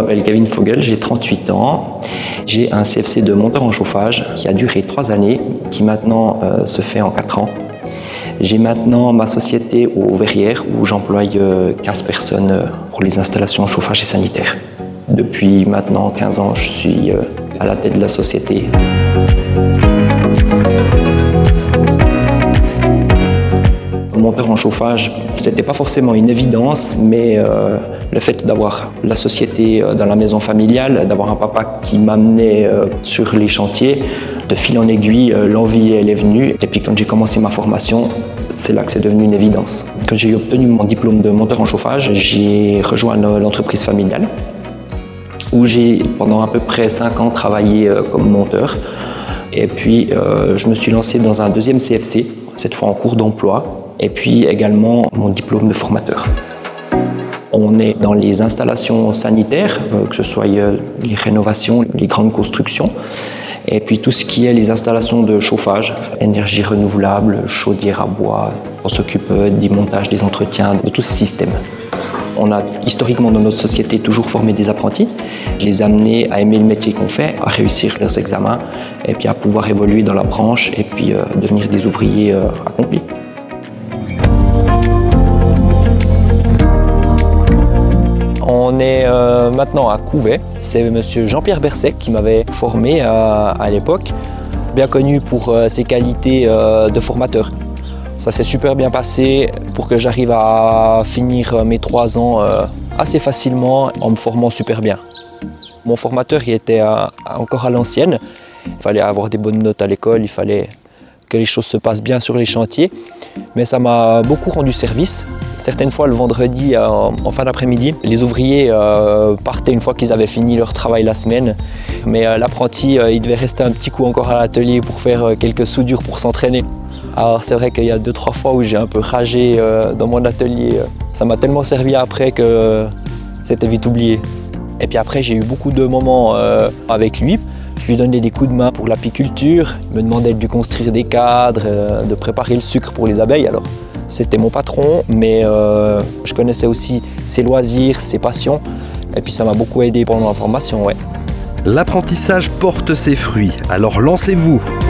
m'appelle Kevin Fogel, j'ai 38 ans. J'ai un CFC de monteur en chauffage qui a duré 3 années, qui maintenant se fait en 4 ans. J'ai maintenant ma société aux Verrières où j'emploie 15 personnes pour les installations en chauffage et sanitaire. Depuis maintenant 15 ans, je suis à la tête de la société. Monteur en chauffage, c'était pas forcément une évidence, mais le fait d'avoir la société dans la maison familiale, d'avoir un papa qui m'amenait sur les chantiers, de fil en aiguille, l'envie elle est venue. Et puis quand j'ai commencé ma formation, c'est là que c'est devenu une évidence. Quand j'ai obtenu mon diplôme de monteur en chauffage, j'ai rejoint l'entreprise familiale où j'ai pendant à peu près 5 ans travaillé comme monteur. Et puis je me suis lancé dans un deuxième CFC, cette fois en cours d'emploi. Et puis également mon diplôme de formateur. On est dans les installations sanitaires, que ce soit les rénovations, les grandes constructions, et puis tout ce qui est les installations de chauffage, énergie renouvelable, chaudière à bois. On s'occupe du montage, des entretiens, de tous ces systèmes. On a historiquement dans notre société toujours formé des apprentis, les amener à aimer le métier qu'on fait, à réussir leurs examens, et puis à pouvoir évoluer dans la branche et puis devenir des ouvriers accomplis. On est maintenant à Couvet. C'est monsieur Jean-Pierre Berset qui m'avait formé à l'époque, bien connu pour ses qualités de formateur. Ça s'est super bien passé pour que j'arrive à finir mes 3 ans assez facilement en me formant super bien. Mon formateur il était encore à l'ancienne. Il fallait avoir des bonnes notes à l'école, il fallait que les choses se passent bien sur les chantiers. Mais ça m'a beaucoup rendu service. Certaines fois, le vendredi, en fin d'après-midi, les ouvriers partaient une fois qu'ils avaient fini leur travail la semaine. Mais l'apprenti, il devait rester un petit coup encore à l'atelier pour faire quelques soudures pour s'entraîner. Alors c'est vrai qu'il y a 2-3 fois où j'ai un peu ragé dans mon atelier. Ça m'a tellement servi après que c'était vite oublié. Et puis après, j'ai eu beaucoup de moments avec lui. Je lui donnais des coups de main pour l'apiculture. Il me demandait de lui construire des cadres, de préparer le sucre pour les abeilles. Alors, c'était mon patron, mais je connaissais aussi ses loisirs, ses passions. Et puis ça m'a beaucoup aidé pendant la formation, ouais. L'apprentissage porte ses fruits, alors lancez-vous!